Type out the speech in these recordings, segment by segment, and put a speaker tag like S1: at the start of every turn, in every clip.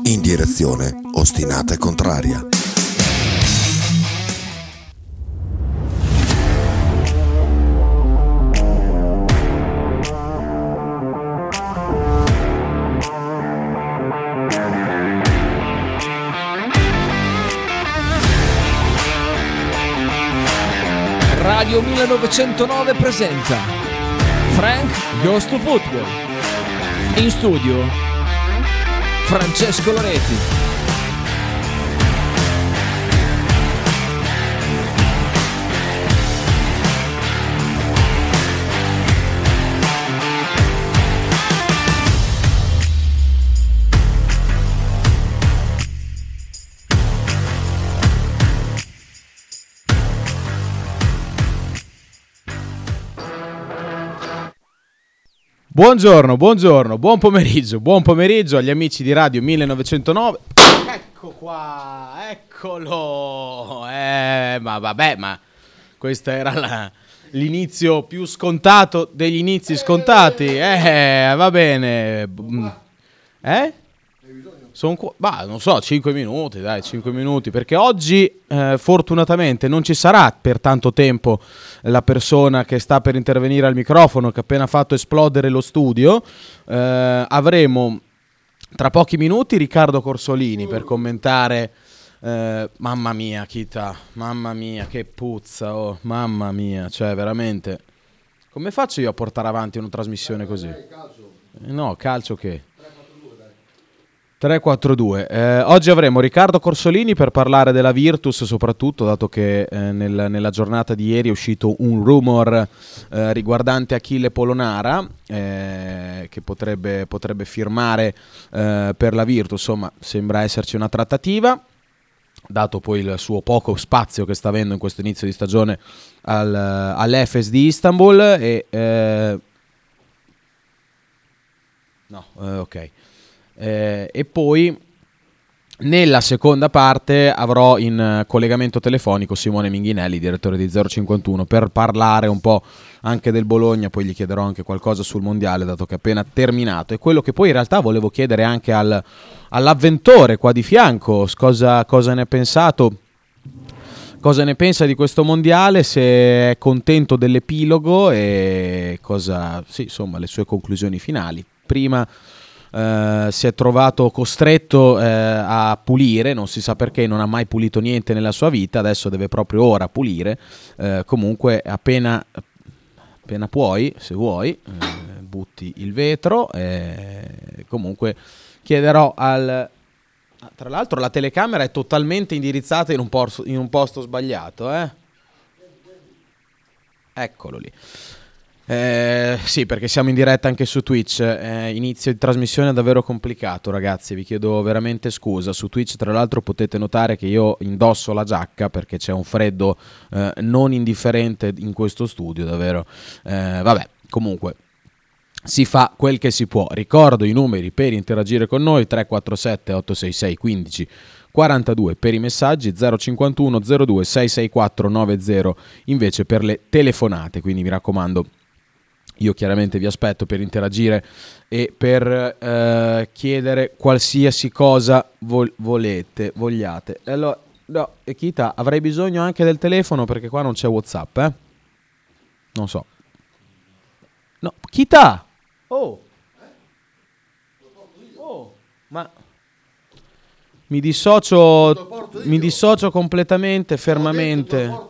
S1: in direzione ostinata e contraria.
S2: Radio 1909 presenta Frank Goes to Football. In studio Francesco Loreti.
S3: Buongiorno, buon pomeriggio agli amici di Radio 1909. Ecco qua, eccolo. Ma vabbè, ma questo era l'inizio più scontato degli inizi scontati. Va bene. Sono non so, 5 minuti, dai, 5 minuti, perché oggi fortunatamente non ci sarà per tanto tempo la persona che sta per intervenire al microfono, che ha appena fatto esplodere lo studio. Avremo tra pochi minuti Riccardo Corsolini per commentare. Mamma mia, Kita, mamma mia, che puzza, oh, mamma mia, cioè veramente. Come faccio io a portare avanti una trasmissione così? No, calcio che? 3-4-2. Oggi avremo Riccardo Corsolini per parlare della Virtus, soprattutto dato che nella giornata di ieri è uscito un rumor riguardante Achille Polonara che potrebbe firmare per la Virtus. Insomma, sembra esserci una trattativa, dato poi il suo poco spazio che sta avendo in questo inizio di stagione all'Efes di Istanbul. Ok. E poi nella seconda parte avrò in collegamento telefonico Simone Minghinelli, direttore di 051, per parlare un po' anche del Bologna. Poi gli chiederò anche qualcosa sul mondiale, dato che è appena terminato, e quello che poi in realtà volevo chiedere anche all'avventore qua di fianco, cosa ne è pensato, cosa ne pensa di questo mondiale, se è contento dell'epilogo e insomma, le sue conclusioni finali. Prima si è trovato costretto a pulire, non si sa perché, non ha mai pulito niente nella sua vita, adesso deve proprio ora pulire. Comunque appena puoi, se vuoi, butti il vetro. Comunque chiederò tra l'altro la telecamera è totalmente indirizzata in un posto sbagliato, Eccolo lì. Sì, perché siamo in diretta anche su Twitch. Inizio di trasmissione è davvero complicato, ragazzi, vi chiedo veramente scusa. Su Twitch tra l'altro potete notare che io indosso la giacca perché c'è un freddo non indifferente in questo studio, davvero. Vabbè, comunque si fa quel che si può. Ricordo i numeri per interagire con noi: 347 866 15 42 per i messaggi, 051 02 664 90 invece per le telefonate. Quindi mi raccomando, io chiaramente vi aspetto per interagire e per chiedere qualsiasi cosa vogliate. Allora, no, Kita, avrei bisogno anche del telefono perché qua non c'è WhatsApp, Non so. No, Kita! Oh, ma mi dissocio completamente, fermamente.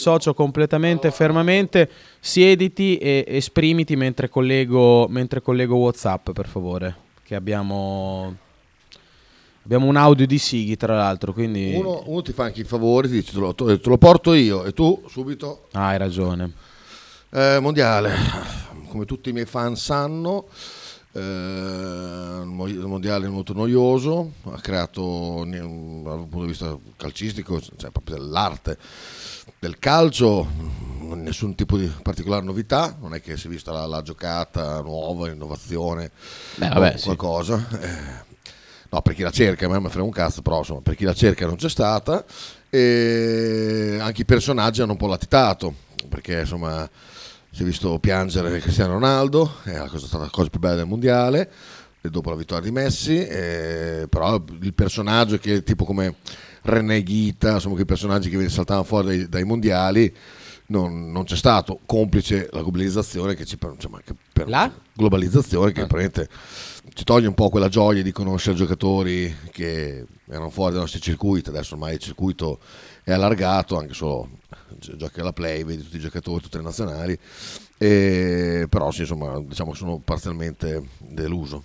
S3: Siediti e esprimiti mentre collego WhatsApp, per favore. Che abbiamo un audio di Sighi, tra l'altro, quindi
S4: uno ti fa anche i favori, ti dice te lo porto io, e tu subito.
S3: Hai ragione.
S4: Mondiale, come tutti i miei fan sanno, il mondiale è molto noioso, ha creato dal punto di vista calcistico, cioè proprio dell'arte del calcio, nessun tipo di particolare novità, non è che si è vista la giocata nuova, innovazione, qualcosa. No, per chi la cerca, a me frega un cazzo, però insomma, per chi la cerca non c'è stata, e anche i personaggi hanno un po' latitato, perché insomma si è visto piangere Cristiano Ronaldo, è stata la cosa più bella del mondiale. dopo la vittoria di Messi, però il personaggio che è tipo come René Guita, insomma, quei personaggi che saltavano fuori dai mondiali, non c'è stato, complice la globalizzazione globalizzazione che praticamente ci toglie un po' quella gioia di conoscere giocatori che erano fuori dai nostri circuiti. Adesso ormai il circuito è allargato, anche solo giochi alla play, vedi tutti i giocatori, tutte le nazionali, però sì, insomma, diciamo che sono parzialmente deluso.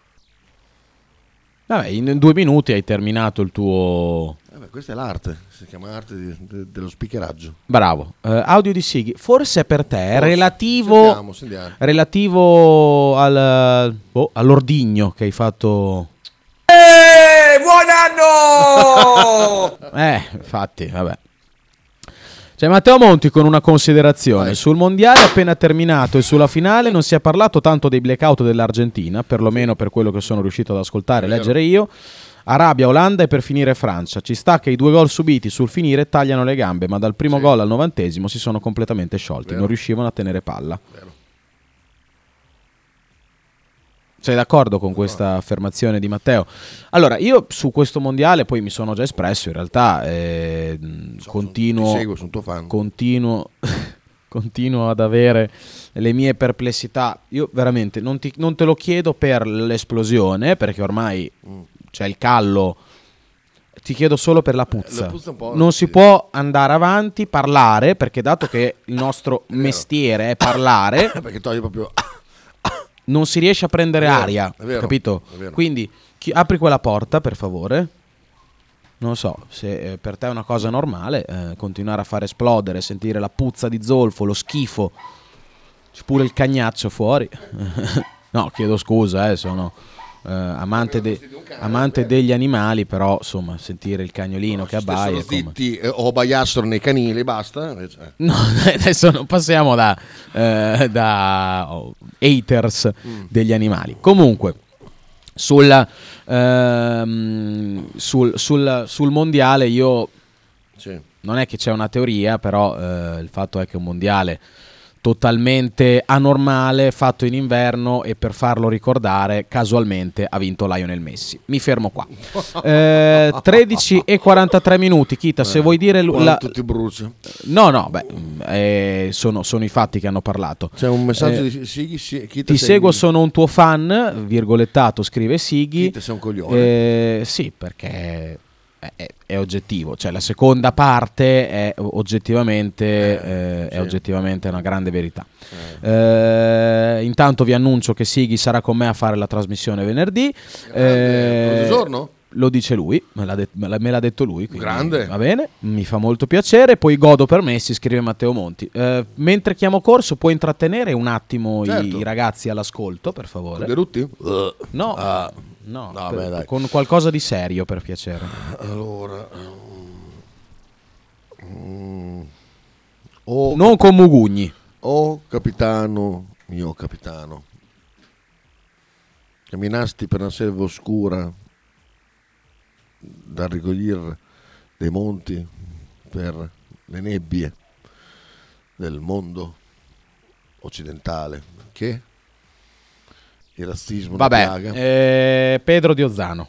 S3: Vabbè, in 2 minuti hai terminato il tuo...
S4: Questa è l'arte, si chiama arte dello speakeraggio.
S3: Bravo. Audio di Sighi, forse per te è relativo,
S4: Sentiamo.
S3: relativo all'ordigno che hai fatto.
S5: Buon anno!
S3: Infatti, vabbè. C'è Matteo Monti con una considerazione. Sul mondiale appena terminato e sulla finale non si è parlato tanto dei blackout dell'Argentina, perlomeno per quello che sono riuscito ad ascoltare e leggere io. Arabia, Olanda e per finire Francia. Ci sta che i 2 gol subiti sul finire tagliano le gambe, ma dal primo gol al 90° si sono completamente sciolti, non riuscivano a tenere palla. Sei d'accordo con questa affermazione di Matteo? Allora, io su questo mondiale poi mi sono già espresso, in realtà continuo,
S4: ti seguo, sono tuo fan.
S3: continuo ad avere le mie perplessità. Io veramente non te lo chiedo per l'esplosione, perché ormai c'è il callo, ti chiedo solo per la puzza. Non si può andare avanti, parlare, perché dato che il nostro mestiere è parlare,
S4: perché togli proprio...
S3: non si riesce a prendere aria,
S4: è vero,
S3: capito?
S4: è vero.
S3: Quindi apri quella porta, per favore. Non so, se per te è una cosa normale, continuare a far esplodere, sentire la puzza di zolfo, lo schifo, c'è pure il cagnaccio fuori. No, chiedo scusa, sono amante degli animali, però insomma sentire il cagnolino che abbaia
S4: zitti o abbaiassero nei canili, basta.
S3: No, adesso non passiamo da haters degli animali. Comunque sul mondiale io non è che c'è una teoria, però il fatto è che un mondiale totalmente anormale, fatto in inverno, e per farlo ricordare casualmente ha vinto Lionel Messi. Mi fermo qua. 13 e 43 minuti. Chita, se vuoi dire
S4: ti brucia.
S3: No, sono i fatti che hanno parlato.
S4: C'è un messaggio di Sighi.
S3: Ti seguo, sono un tuo fan, virgolettato, scrive Sighi.
S4: Chita, sei un coglione.
S3: Sì, perché è oggettivo, cioè la seconda parte è oggettivamente una grande verità. Intanto vi annuncio che Sighi sarà con me a fare la trasmissione venerdì.
S4: Giorno?
S3: Lo dice lui, me l'ha detto lui,
S4: grande.
S3: Va bene, mi fa molto piacere. Poi godo per me, si scrive Matteo Monti. Mentre chiamo corso, puoi intrattenere un attimo i ragazzi all'ascolto, per favore?
S4: Derutti?
S3: No,
S4: dai.
S3: Con qualcosa di serio, per piacere.
S4: Allora,
S3: non con mugugni.
S4: Mio capitano, camminasti per una selva oscura da ricogliere dei monti per le nebbie del mondo occidentale, che il razzismo,
S3: vabbè, Pedro Diozzano.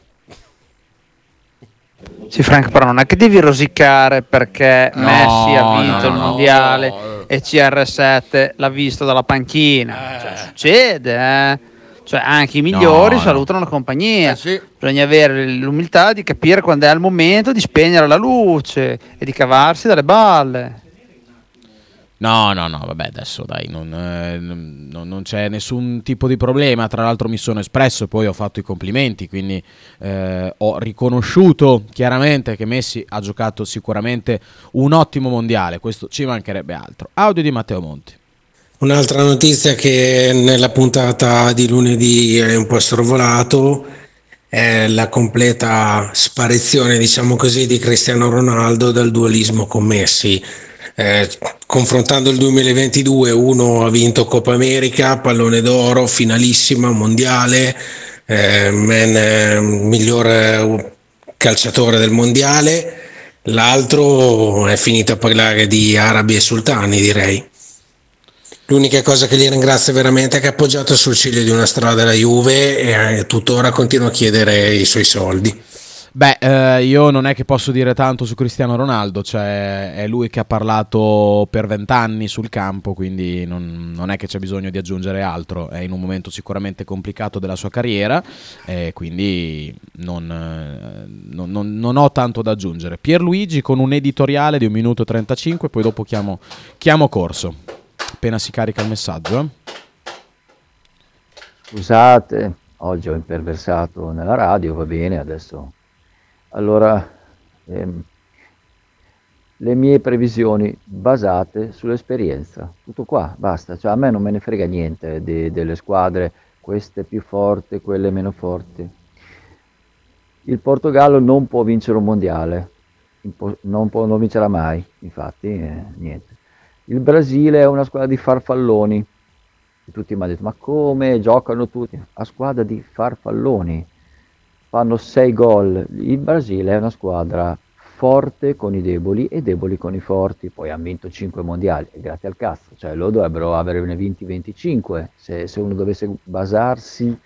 S5: Sì, Frank, però non è che devi rosicare perché Messi ha vinto il mondiale e CR7 l'ha visto dalla panchina. Cioè, succede, Cioè, anche i migliori salutano la compagnia.
S4: Sì.
S5: Bisogna avere l'umiltà di capire quando è il momento di spegnere la luce e di cavarsi dalle balle.
S3: No, vabbè, adesso dai, non c'è nessun tipo di problema. Tra l'altro mi sono espresso e poi ho fatto i complimenti, quindi ho riconosciuto chiaramente che Messi ha giocato sicuramente un ottimo mondiale, questo ci mancherebbe altro. Audio di Matteo Monti.
S6: Un'altra notizia che nella puntata di lunedì è un po' sorvolato è la completa sparizione, diciamo così, di Cristiano Ronaldo dal dualismo con Messi. Confrontando il 2022, uno ha vinto Coppa America, pallone d'oro, finalissima, mondiale, miglior calciatore del mondiale, l'altro è finito a parlare di arabi e sultani, direi. L'unica cosa che gli ringrazio veramente è che è appoggiato sul ciglio di una strada la Juve e tuttora continua a chiedere i suoi soldi.
S3: Beh, io non è che posso dire tanto su Cristiano Ronaldo, cioè è lui che ha parlato per 20 anni sul campo, quindi non è che c'è bisogno di aggiungere altro, è in un momento sicuramente complicato della sua carriera, quindi non ho tanto da aggiungere. Pierluigi con un editoriale di 1 minuto e 35, poi dopo chiamo Corso, appena si carica il messaggio.
S7: Scusate, oggi ho imperversato nella radio, va bene, adesso... Allora, le mie previsioni basate sull'esperienza, tutto qua, basta, cioè a me non me ne frega niente delle squadre, queste più forti, quelle meno forti. Il Portogallo non può vincere un mondiale, non vincerà mai, infatti, niente. Il Brasile è una squadra di farfalloni, e tutti mi hanno detto, ma come giocano tutti? A squadra di farfalloni. Fanno 6 gol. Il Brasile è una squadra forte con i deboli e deboli con i forti. Poi hanno vinto 5 mondiali, grazie al cazzo. Cioè loro dovrebbero averne vinti 25 se uno dovesse basarsi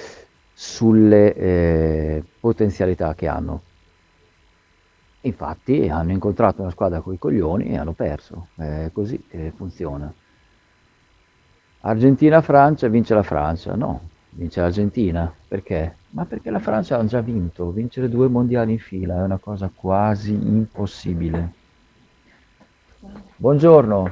S7: sulle potenzialità che hanno. Infatti hanno incontrato una squadra coi coglioni e hanno perso. È così che funziona. Argentina-Francia, vince la Francia. No, vince l'Argentina. Perché? Ma perché la Francia ha già vinto, vincere 2 mondiali in fila è una cosa quasi impossibile. Buongiorno,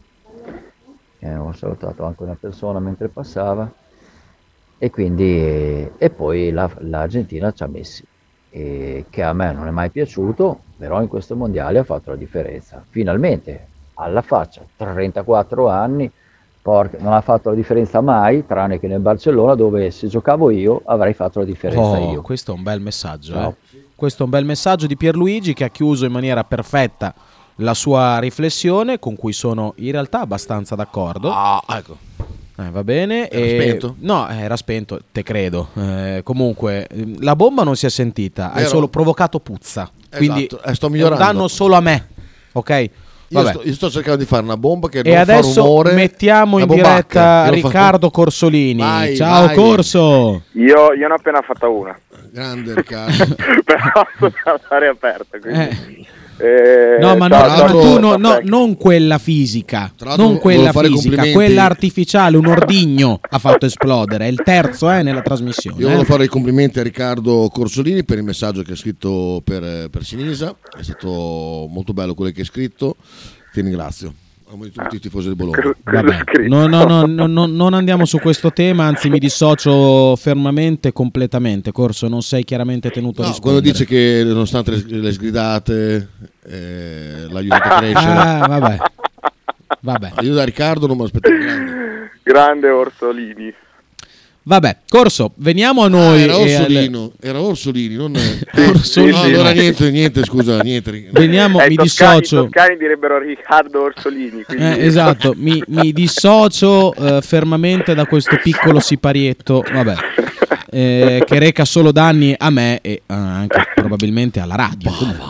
S7: ho salutato anche una persona mentre passava e quindi e poi l'Argentina ci ha messi, che a me non è mai piaciuto, però in questo mondiale ha fatto la differenza. Finalmente, alla faccia, 34 anni. Porca, non ha fatto la differenza mai, tranne che nel Barcellona, dove se giocavo io avrei fatto la differenza io.
S3: Questo è un bel messaggio.
S7: No.
S3: Questo è un bel messaggio di Pierluigi, che ha chiuso in maniera perfetta la sua riflessione, con cui sono in realtà abbastanza d'accordo.
S4: Ecco.
S3: Va bene.
S4: Era spento?
S3: No, era spento, te credo. Comunque, la bomba non si è sentita, hai
S4: Vero?
S3: solo provocato puzza. Quindi
S4: sto migliorando.
S3: è un danno solo a me, ok?
S4: Io sto cercando di fare una bomba che
S3: E
S4: non fa
S3: adesso
S4: rumore.
S3: mettiamo in
S4: Una bombacca.
S3: diretta
S4: Io lo faccio-
S3: Riccardo Corsolini.
S4: Vai,
S3: Ciao
S4: vai.
S3: Corso.
S8: Io ne ho appena fatta una,
S4: Grande Riccardo.
S8: però sono all'aria aperta, quindi...
S3: No, ma,
S8: ciao,
S3: ma
S8: ciao,
S3: tu
S8: ciao, ciao.
S3: non quella fisica,
S4: Tra l'altro
S3: non quella
S4: volevo fare
S3: fisica,
S4: complimenti.
S3: quella artificiale, un ordigno ha fatto esplodere. È il terzo nella trasmissione.
S4: Io volevo fare i complimenti a Riccardo Corsolini per il messaggio che ha scritto per Sinisa. È stato molto bello quello che hai scritto. Ti ringrazio. A nome di tutti i tifosi del Bologna.
S3: Vabbè. Non andiamo su questo tema, anzi mi dissocio fermamente, completamente. Corso, non sei chiaramente tenuto a
S4: No,
S3: rispondere.
S4: quando dice che nonostante le sgridate l'ha aiutato a crescere.
S3: Vabbè.
S4: Io da Riccardo non me l'aspettavo. Grande.
S8: Grande Orsolini.
S3: Vabbè, Corso, veniamo a noi.
S4: Era Orsolini, non
S3: Orsolini.
S4: No, allora niente, scusa, niente.
S3: Veniamo, mi
S8: I
S3: dissocio.
S8: toscani direbbero Riccardo Orsolini. Quindi...
S3: Esatto, mi dissocio fermamente da questo piccolo siparietto, vabbè, che reca solo danni a me e anche probabilmente alla radio.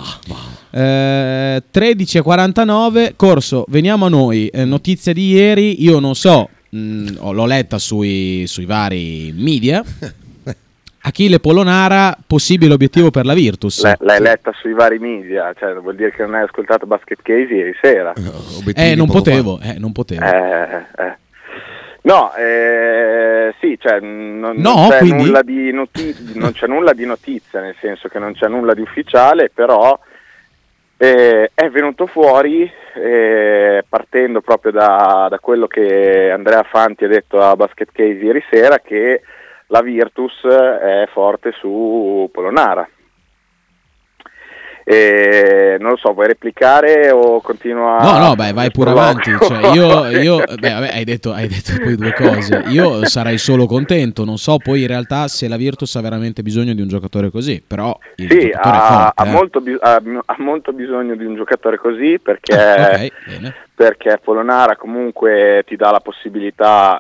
S3: 13:49, Corso, veniamo a noi. Notizia di ieri, io non so, l'ho letta sui vari media. Achille Polonara, possibile obiettivo per la Virtus.
S8: L'hai letta sui vari media, cioè vuol dire che non hai ascoltato Basket Case ieri sera.
S3: Non potevo.
S8: No, sì, cioè non c'è
S3: quindi?
S8: non c'è nulla di notizia, nel senso che non c'è nulla di ufficiale, però è venuto fuori, partendo proprio da quello che Andrea Fanti ha detto a Basket Case ieri sera, che la Virtus è forte su Polonara. Non lo so, vuoi replicare o continua?
S3: No, vai pure avanti. Cioè, hai detto poi due cose. Io sarei solo contento. Non so poi in realtà se la Virtus ha veramente bisogno di un giocatore così. Però il giocatore è forte,
S8: ha molto bisogno di un giocatore così perché,
S3: bene.
S8: Perché Polonara comunque ti dà la possibilità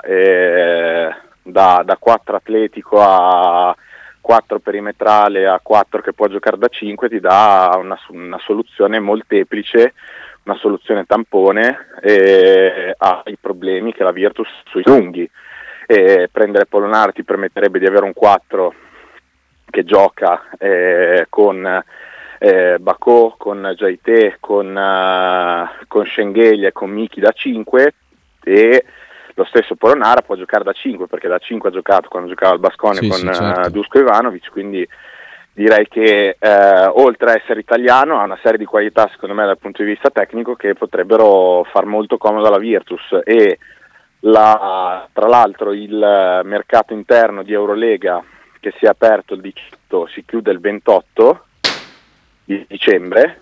S8: da 4 atletico a 4 perimetrale a 4 che può giocare da 5, ti dà una soluzione molteplice una soluzione tampone ai problemi che la Virtus sui lunghi. Prendere Polonara ti permetterebbe di avere un 4 che gioca con Bacò, con Jaité, con Schengelia e con Miki da 5, e lo stesso Polonara può giocare da 5, perché da 5 ha giocato quando giocava al Baskonia con Duško Ivanović, quindi direi che oltre a essere italiano ha una serie di qualità, secondo me, dal punto di vista tecnico, che potrebbero far molto comodo alla Virtus. E tra l'altro il mercato interno di Eurolega, che si è aperto il 18, si chiude il 28 di dicembre,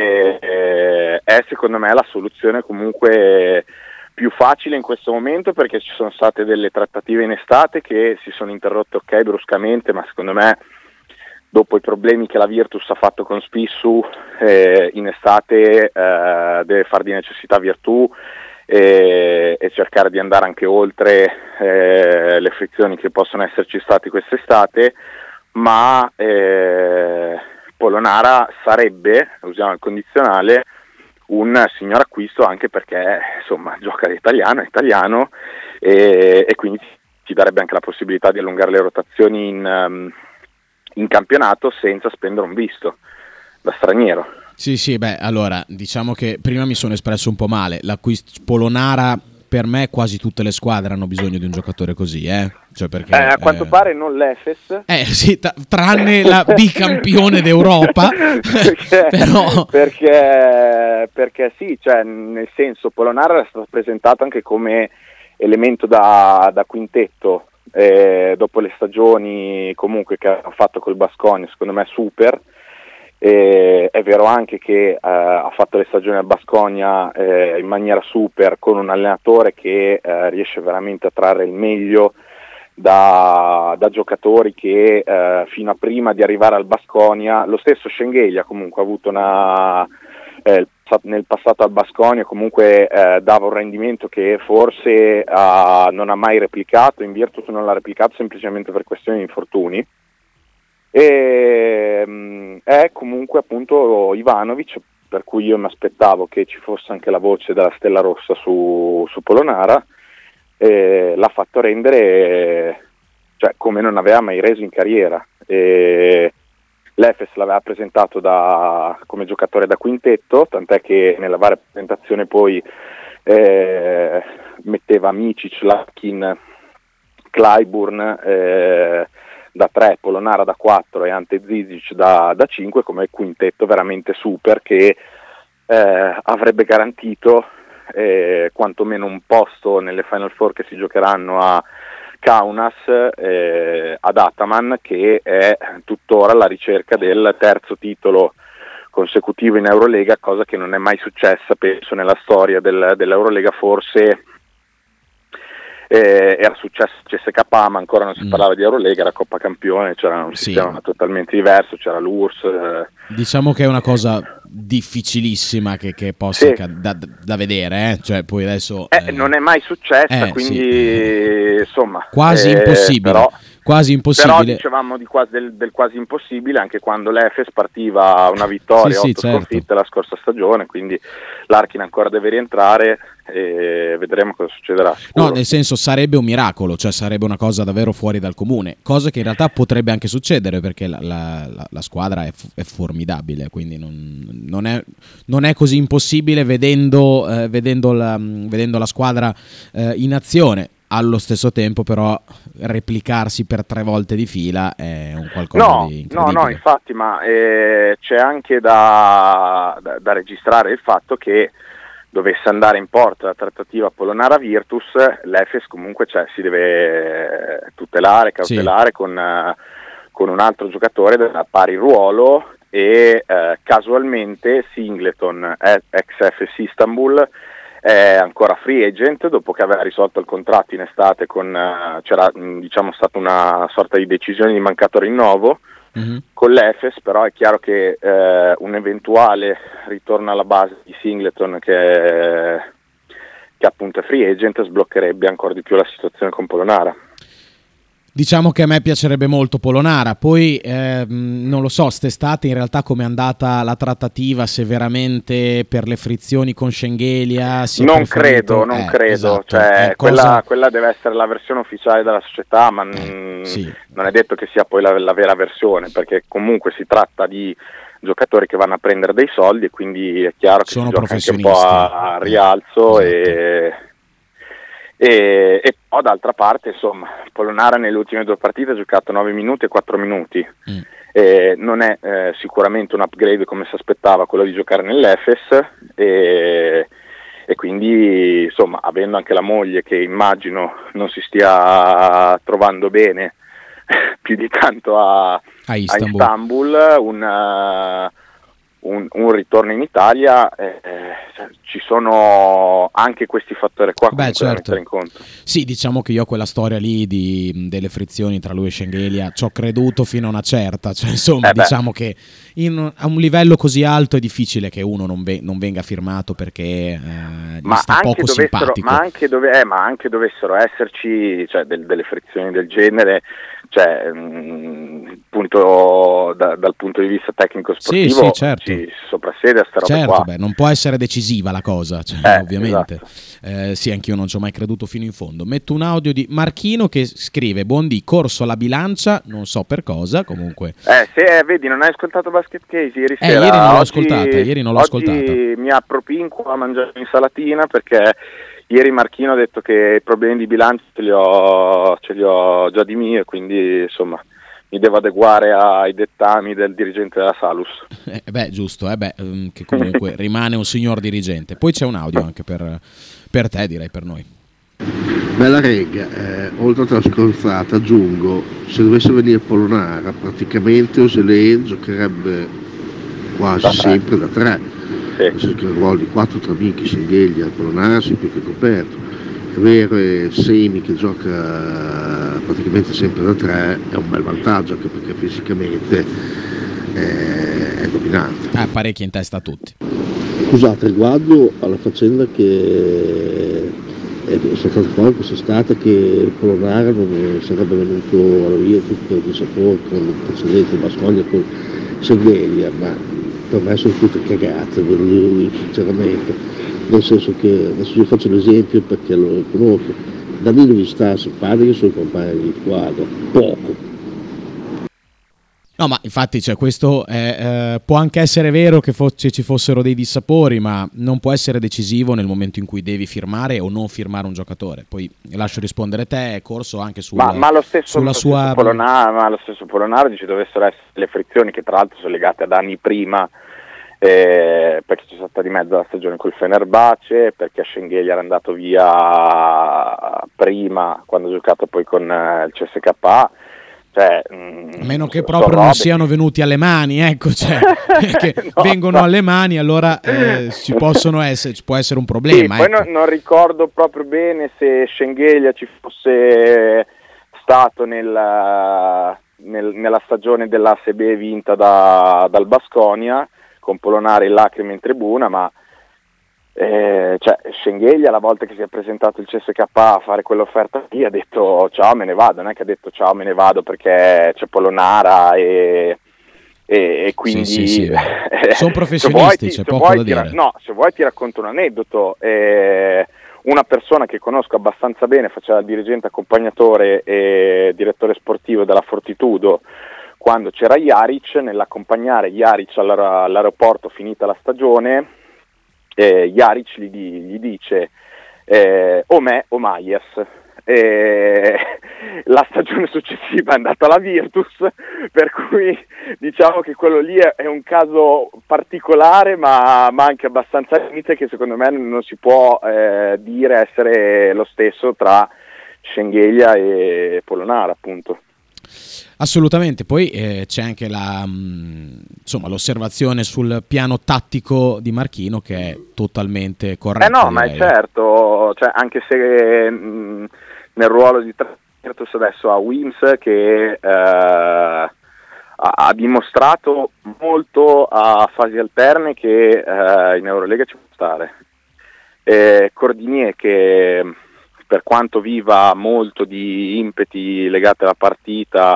S8: è secondo me la soluzione comunque più facile in questo momento, perché ci sono state delle trattative in estate che si sono interrotte bruscamente, ma secondo me dopo i problemi che la Virtus ha fatto con Spissu in estate deve far di necessità virtù e cercare di andare anche oltre le frizioni che possono esserci state quest'estate, ma Polonara sarebbe, usiamo il condizionale, un signor acquisto, anche perché insomma gioca da italiano, è italiano, e quindi ti darebbe anche la possibilità di allungare le rotazioni in campionato senza spendere un visto da straniero.
S3: Sì, beh, allora, diciamo che prima mi sono espresso un po' male. L'acquisto Polonara, per me quasi tutte le squadre hanno bisogno di un giocatore così, Cioè perché,
S8: a quanto pare non l'Efes.
S3: Sì, tranne la bicampione d'Europa.
S8: Perché sì, cioè, nel senso, Polonara è stato presentato anche come elemento da quintetto dopo le stagioni comunque che ha fatto col Baskonia, secondo me super. È vero anche che ha fatto le stagioni al Baskonia in maniera super, con un allenatore che riesce veramente a trarre il meglio da giocatori che fino a prima di arrivare al Baskonia, lo stesso Schengelia comunque ha avuto nel passato al Baskonia comunque dava un rendimento che forse non ha mai replicato, in Virtus non l'ha replicato semplicemente per questioni di infortuni. E è comunque appunto Ivanović, per cui io mi aspettavo che ci fosse anche la voce della Stella Rossa su Polonara, l'ha fatto rendere come non aveva mai reso in carriera. L'Efes l'aveva presentato come giocatore da quintetto, tant'è che nella varia presentazione poi metteva Micic, Larkin, Clyburn da 3, Polonara da 4 e Ante Zizic da 5 come quintetto veramente super, che avrebbe garantito quantomeno un posto nelle Final Four che si giocheranno a Kaunas, ad Ataman, che è tuttora alla ricerca del terzo titolo consecutivo in Eurolega, cosa che non è mai successa, penso, nella storia dell'Eurolega. Forse era successo CSKA, ma ancora non si parlava di Eurolega, era Coppa Campione, c'era un sistema totalmente diverso, c'era l'URSS.
S3: Diciamo che è una cosa difficilissima che possa da vedere, cioè poi adesso
S8: non è mai successa, quindi insomma
S3: quasi impossibile. Quasi impossibile.
S8: Però dicevamo del quasi impossibile anche quando l'Efes partiva a una vittoria, 8 sconfitte la scorsa stagione, quindi l'Arkin ancora deve rientrare e vedremo cosa succederà. Sicuro.
S3: No, nel senso, sarebbe un miracolo, cioè sarebbe una cosa davvero fuori dal comune, cosa che in realtà potrebbe anche succedere, perché la squadra è formidabile, quindi non è così impossibile vedendo la squadra in azione. Allo stesso tempo però replicarsi per 3 volte di fila è un qualcosa di incredibile.
S8: No, infatti, ma c'è anche da registrare il fatto che dovesse andare in porto la trattativa Polonara-Virtus, l'Efes comunque si deve tutelare, cautelare con un altro giocatore da pari ruolo, e casualmente Singleton, ex Efes Istanbul, è ancora free agent dopo che aveva risolto il contratto in estate c'era stata una sorta di decisione di mancato rinnovo con l'Efes, però è chiaro che un eventuale ritorno alla base di Singleton che appunto è free agent sbloccherebbe ancora di più la situazione con Polonara.
S3: Diciamo che a me piacerebbe molto Polonara, poi non lo so, st'estate in realtà come è andata la trattativa, se veramente per le frizioni con Schengelia si è
S8: Non
S3: preferito...
S8: credo,
S3: esatto,
S8: cioè quella deve essere la versione ufficiale della società, ma
S3: sì.
S8: non è detto che sia poi la vera versione, perché comunque si tratta di giocatori che vanno a prendere dei soldi e quindi è chiaro che
S3: Sono
S8: si gioca anche un po' a rialzo
S3: esatto.
S8: e poi d'altra parte insomma Polonara nelle ultime 2 partite ha giocato 9 minuti e 4 minuti. Non è sicuramente un upgrade come si aspettava quello di giocare nell'Efes e quindi insomma avendo anche la moglie che immagino non si stia trovando bene più di tanto a Istanbul, un ritorno in Italia, ci sono anche questi fattori qua da mettere in conto.
S3: Sì, diciamo che io a quella storia lì delle frizioni tra lui e Schengelia ci ho creduto fino a una certa, cioè insomma diciamo che a un livello così alto è difficile che uno non venga firmato perché gli sta poco simpatico.
S8: Ma anche dovessero esserci, cioè, delle frizioni del genere, cioè appunto dal punto di vista tecnico sportivo
S3: sì, certo.
S8: ci soprassiede a sta roba qua.
S3: Beh, non può essere decisiva la cosa, cioè, ovviamente.
S8: Esatto.
S3: Sì, anch'io non ci ho mai creduto fino in fondo. Metto un audio di Marchino che scrive: buondì, corso alla bilancia, non so per cosa, comunque.
S8: Se vedi, non hai ascoltato Basket Case ieri sera.
S3: Ieri non l'ho ascoltata.
S8: Oggi mi appropinquo a mangiare insalatina perché ieri Marchino ha detto che i problemi di bilancio ce li ho già di mio, quindi insomma mi devo adeguare ai dettami del dirigente della Salus.
S3: Giusto, che comunque rimane un signor dirigente. Poi c'è un audio anche per te, direi per noi.
S9: Bella rega, oltre alla scorzata aggiungo, se dovesse venire Polonara praticamente Oselè giocherebbe quasi sempre da 3, nel senso che il ruolo di 4 tra Minchi, Schengelia e Polonara si è più che coperto. Avere Semi che gioca praticamente sempre da 3 è un bel vantaggio, anche perché fisicamente è dominante.
S3: Parecchio in testa a tutti.
S9: Scusate, riguardo alla faccenda che è stata fuori quest'estate, che Polonara non sarebbe venuto alla via tutto il sapore con il precedente Baskonia con Schengelia, ma per me sono tutte cagate, ve lo dico sinceramente. Nel senso che, adesso io faccio l'esempio perché lo conosco, Danilo vi sta simpatico ai suoi compagni di squadra, poco.
S3: No, ma infatti questo può anche essere vero che ci fossero dei dissapori, ma non può essere decisivo nel momento in cui devi firmare o non firmare un giocatore. Poi lascio rispondere te, è corso anche sulla sua...
S8: Lo stesso Polonara dice dovessero essere le frizioni che tra l'altro sono legate ad anni prima, perché c'è stata di mezzo la stagione col Fenerbahce, perché Schengelia era andato via prima quando ha giocato poi con il CSKA, cioè,
S3: a meno che proprio non siano venuti alle mani, ecco, cioè, che vengono alle mani, allora ci può essere un problema.
S8: Sì, poi non ricordo proprio bene se Schengelia ci fosse stato nella stagione dell'ASB vinta dal Baskonia, con Polonara in lacrime in tribuna, ma Schengelia la volta che si è presentato il CSKA a fare quell'offerta lì ha detto ciao me ne vado, non è che ha detto ciao me ne vado perché c'è Polonara e quindi
S3: sì. Sono professionisti, c'è poco da dire.
S8: No, se vuoi ti racconto un aneddoto. Una persona che conosco abbastanza bene, faceva il dirigente accompagnatore e direttore sportivo della Fortitudo quando c'era Jaric, nell'accompagnare Jaric all'aeroporto finita la stagione, Jaric gli dice o me o Maies. La stagione successiva è andata alla Virtus, per cui diciamo che quello lì è un caso particolare ma anche abbastanza limite, che secondo me non si può dire essere lo stesso tra Schengelia e Polonara, appunto.
S3: Assolutamente, poi c'è anche l'osservazione sul piano tattico di Marchino che è totalmente corretta.
S8: Ma è certo, cioè, anche se nel ruolo di Virtus adesso ha Wims che ha dimostrato molto a fasi alterne che in Eurolega ci può stare. Cordinier che per quanto viva molto di impeti legati alla partita,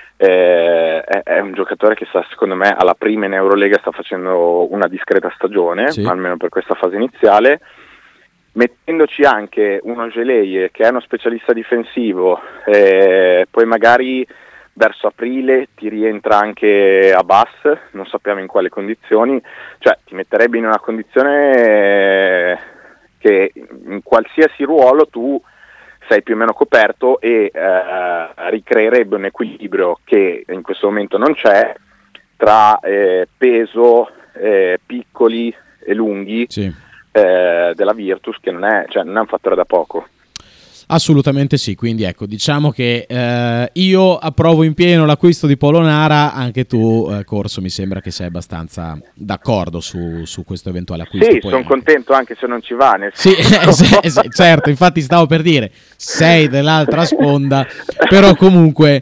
S8: è un giocatore che secondo me alla prima in Eurolega sta facendo una discreta stagione,
S3: sì,
S8: almeno per questa fase iniziale. Mettendoci anche uno Geleie che è uno specialista difensivo, poi magari verso aprile ti rientra anche Abbas, non sappiamo in quali condizioni, cioè ti metterebbe in una condizione che in qualsiasi ruolo tu sei più o meno coperto e ricreerebbe un equilibrio che in questo momento non c'è tra peso, piccoli e lunghi,
S3: sì.
S8: Della Virtus, che non è un fattore da poco.
S3: Assolutamente sì, quindi ecco, diciamo che io approvo in pieno l'acquisto di Polonara, anche tu Corso mi sembra che sei abbastanza d'accordo su questo eventuale acquisto.
S8: Sì, sono contento anche se non ci va,
S3: sì, certo, infatti stavo per dire, sei dell'altra sponda, però comunque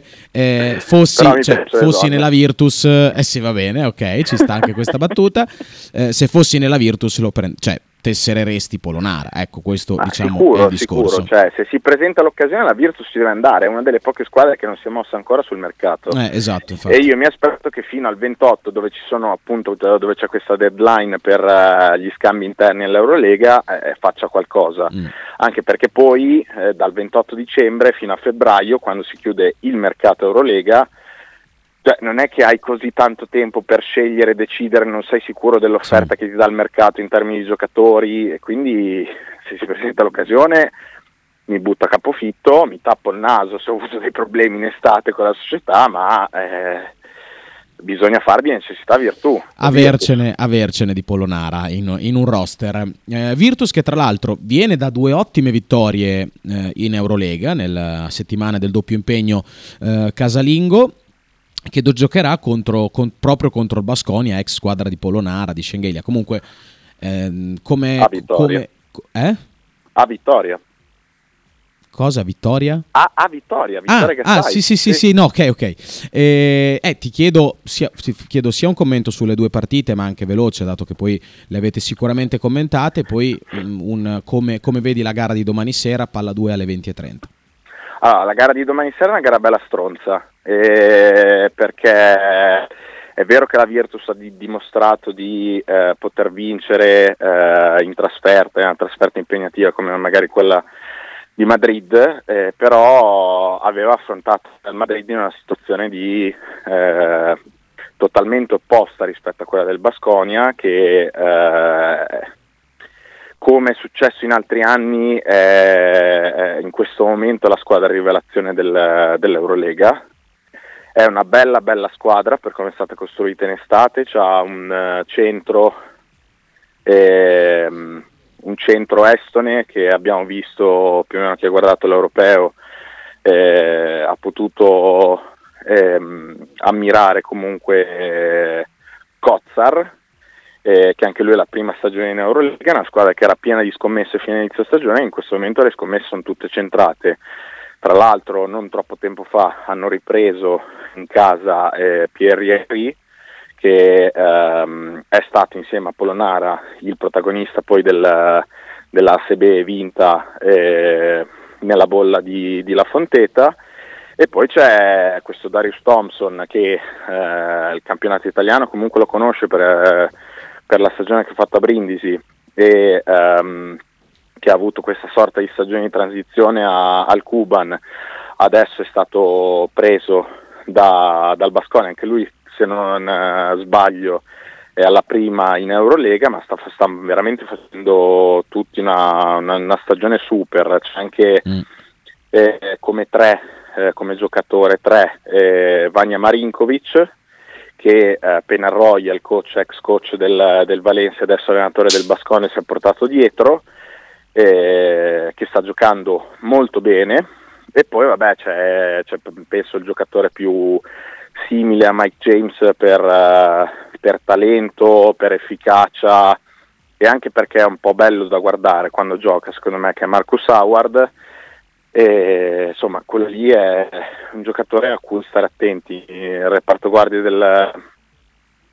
S3: fossi nella Virtus, sì va bene, ok, ci sta anche questa battuta, se fossi nella Virtus tessereresti Polonara, ecco, questo diciamo
S8: sicuro,
S3: è il discorso.
S8: Sicuro, cioè se si presenta l'occasione la Virtus ci deve andare, è una delle poche squadre che non si è mossa ancora sul mercato.
S3: Esatto, infatti.
S8: E io mi aspetto che fino al 28, dove ci sono appunto, dove c'è questa deadline per gli scambi interni all'Eurolega, faccia qualcosa, anche perché poi dal 28 dicembre fino a febbraio, quando si chiude il mercato Eurolega, non è che hai così tanto tempo per scegliere, decidere, non sei sicuro dell'offerta che ti dà il mercato in termini di giocatori, e quindi se si presenta l'occasione mi butto a capofitto, mi tappo il naso se ho avuto dei problemi in estate con la società, ma bisogna far di necessità virtù.
S3: Avercene di Polonara in un roster. Virtus che tra l'altro viene da 2 ottime vittorie in Eurolega, nella settimana del doppio impegno casalingo, che giocherà proprio contro il Baskonia, ex squadra di Polonara, di Schengelia. Comunque come
S8: a Vittoria. A Vittoria.
S3: Cosa? Vittoria?
S8: Vittoria che
S3: sì, no, ok. Ti chiedo sia un commento sulle 2 partite, ma anche veloce, dato che poi le avete sicuramente commentate, poi come vedi la gara di domani sera, palla 2 alle 20:30.
S8: Allora, la gara di domani sera è una gara bella stronza, perché è vero che la Virtus ha dimostrato di poter vincere in trasferta, è una trasferta impegnativa come magari quella di Madrid, però aveva affrontato il Madrid in una situazione di totalmente opposta rispetto a quella del Baskonia, che come è successo in altri anni in questo momento la squadra rivelazione dell'Eurolega. È una bella squadra per come è stata costruita in estate, c'ha un centro estone che abbiamo visto più o meno, chi ha guardato l'Europeo ha potuto ammirare comunque Kotsar, che anche lui è la prima stagione in Eurolega, una squadra che era piena di scommesse fino all'inizio stagione, e in questo momento le scommesse sono tutte centrate. Tra l'altro non troppo tempo fa hanno ripreso in casa Pierre Henry, che è stato insieme a Polonara il protagonista poi della ACB vinta nella bolla di La Fonteta, e poi c'è questo Darius Thompson che il campionato italiano comunque lo conosce per la stagione che ha fatto a Brindisi, e che ha avuto questa sorta di stagione di transizione al Kuban. Adesso è stato preso dal Baskonia, anche lui se non sbaglio è alla prima in Eurolega, ma sta veramente facendo tutti una stagione super. C'è anche come giocatore Vanja Marinkovic, che Penarroya, il ex coach del Valencia, adesso allenatore del Baskonia, si è portato dietro, che sta giocando molto bene. E poi vabbè c'è penso il giocatore più simile a Mike James per talento, per efficacia, e anche perché è un po' bello da guardare quando gioca, secondo me, che è Marcus Howard. E, insomma, quello lì è un giocatore a cui stare attenti. Il reparto guardie del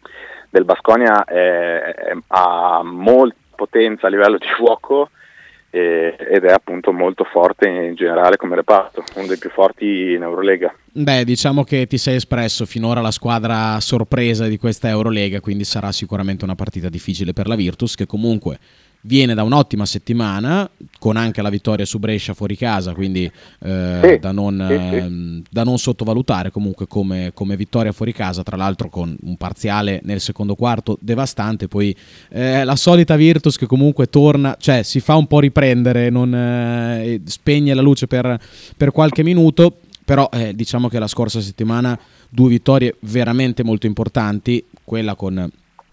S8: Baskonia ha molta potenza a livello di fuoco, ed è appunto molto forte in generale come reparto, uno dei più forti in Eurolega.
S3: Beh, diciamo che ti sei espresso finora la squadra sorpresa di questa Eurolega, quindi sarà sicuramente una partita difficile per la Virtus, che comunque viene da un'ottima settimana, con anche la vittoria su Brescia fuori casa, quindi da non sottovalutare comunque come vittoria fuori casa, tra l'altro con un parziale nel secondo quarto devastante. Poi la solita Virtus che comunque torna, cioè si fa un po' riprendere, spegne la luce per qualche minuto, però diciamo che la scorsa settimana 2 vittorie veramente molto importanti, quella con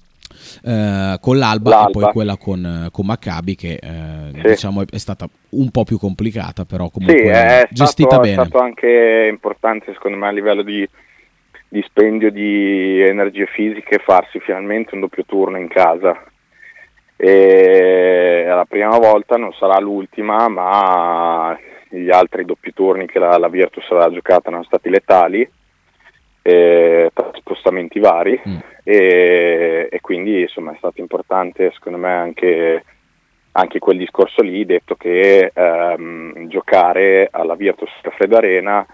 S3: l'Alba e poi quella con Maccabi che diciamo è stata un po' più complicata, però comunque
S8: è
S3: gestita bene.
S8: È stato anche importante secondo me a livello di dispendio di energie fisiche farsi finalmente un doppio turno in casa, e è la prima volta, non sarà l'ultima, ma gli altri doppi turni che la Virtus aveva giocato erano stati letali, tra spostamenti vari, e quindi insomma è stato importante secondo me anche quel discorso lì, detto che giocare alla Virtus Freddo Arena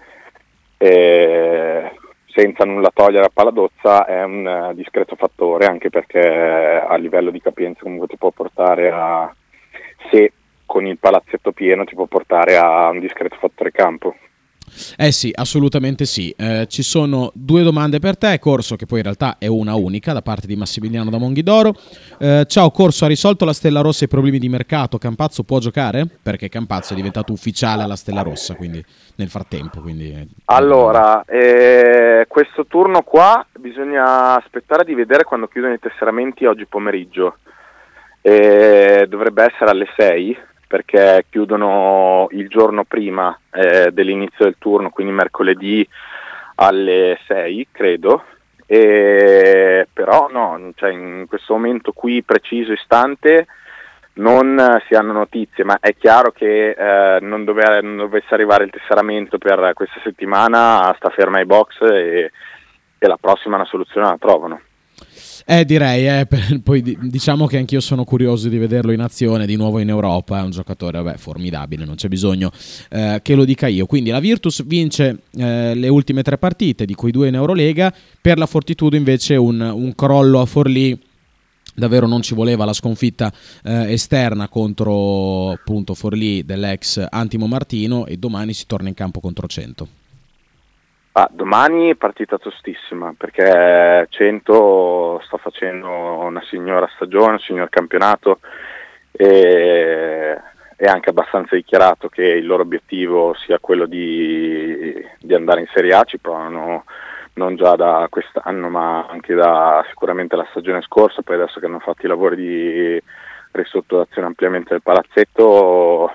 S8: senza nulla togliere a Paladozza è un discreto fattore, anche perché a livello di capienza comunque ti può portare a, se con il palazzetto pieno, ti può portare a un discreto fattore campo.
S3: Sì, assolutamente sì. Ci sono 2 domande per te, Corso, che poi in realtà è una unica da parte di Massimiliano da Monghidoro. Ciao Corso, ha risolto la Stella Rossa i problemi di mercato? Campazzo può giocare? Perché Campazzo è diventato ufficiale alla Stella Rossa, quindi nel frattempo.
S8: Allora, questo turno qua bisogna aspettare di vedere quando chiudono i tesseramenti oggi pomeriggio. Dovrebbe essere alle 6. Perché chiudono il giorno prima dell'inizio del turno, quindi mercoledì alle 6, credo. Però no, cioè in questo momento qui preciso istante non si hanno notizie, ma è chiaro che non dovesse arrivare il tesseramento per questa settimana, sta ferma ai box e la prossima una soluzione la trovano.
S3: Direi, poi diciamo che anch'io sono curioso di vederlo in azione di nuovo in Europa. È un giocatore formidabile, non c'è bisogno che lo dica io. Quindi la Virtus vince le ultime 3 partite, di cui 2 in Eurolega. Per la Fortitudo invece un crollo a Forlì. Davvero non ci voleva la sconfitta esterna contro appunto Forlì dell'ex Antimo Martino, e domani si torna in campo contro Cento.
S8: Domani è partita tostissima, perché Cento sta facendo una signora stagione, un signor campionato, e è anche abbastanza dichiarato che il loro obiettivo sia quello di andare in Serie A. Ci provano non già da quest'anno, ma anche da sicuramente la stagione scorsa. Poi adesso che hanno fatto i lavori di ristrutturazione e ampliamento del palazzetto,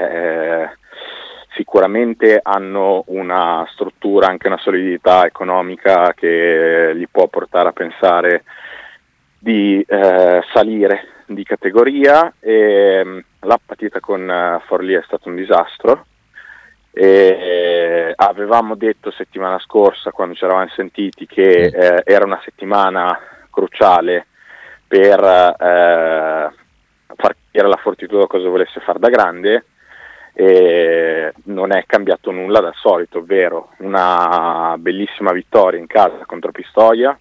S8: sicuramente hanno una struttura, anche una solidità economica che gli può portare a pensare di salire di categoria. La partita con Forlì è stato un disastro, e avevamo detto settimana scorsa, quando ci eravamo sentiti, che era una settimana cruciale per far capire alla Fortitudo cosa volesse fare da grande. Non è cambiato nulla dal solito, ovvero una bellissima vittoria in casa contro Pistoia,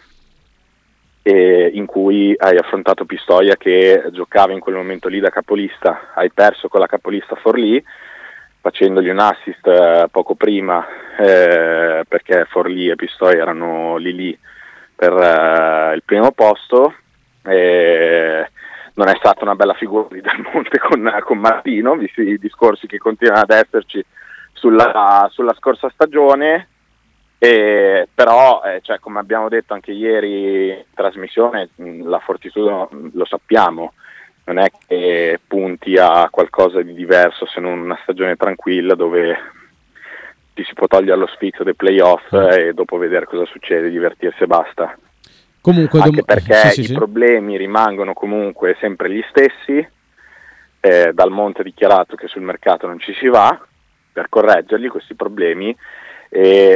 S8: in cui hai affrontato Pistoia che giocava in quel momento lì da capolista. Hai perso con la capolista Forlì, facendogli un assist poco prima, perché Forlì e Pistoia erano lì per il primo posto. Non è stata una bella figura di Del Monte con Martino, visti i discorsi che continuano ad esserci sulla scorsa stagione, però cioè, come abbiamo detto anche ieri in trasmissione, la Fortitudo, lo sappiamo, non è che punti a qualcosa di diverso se non una stagione tranquilla dove ci si può togliere lo sfizio dei playoff e dopo vedere cosa succede, divertirsi e basta.
S3: Comunque,
S8: anche perché i problemi rimangono comunque sempre gli stessi. Dal Monte ha dichiarato che sul mercato non ci si va per correggerli questi problemi, e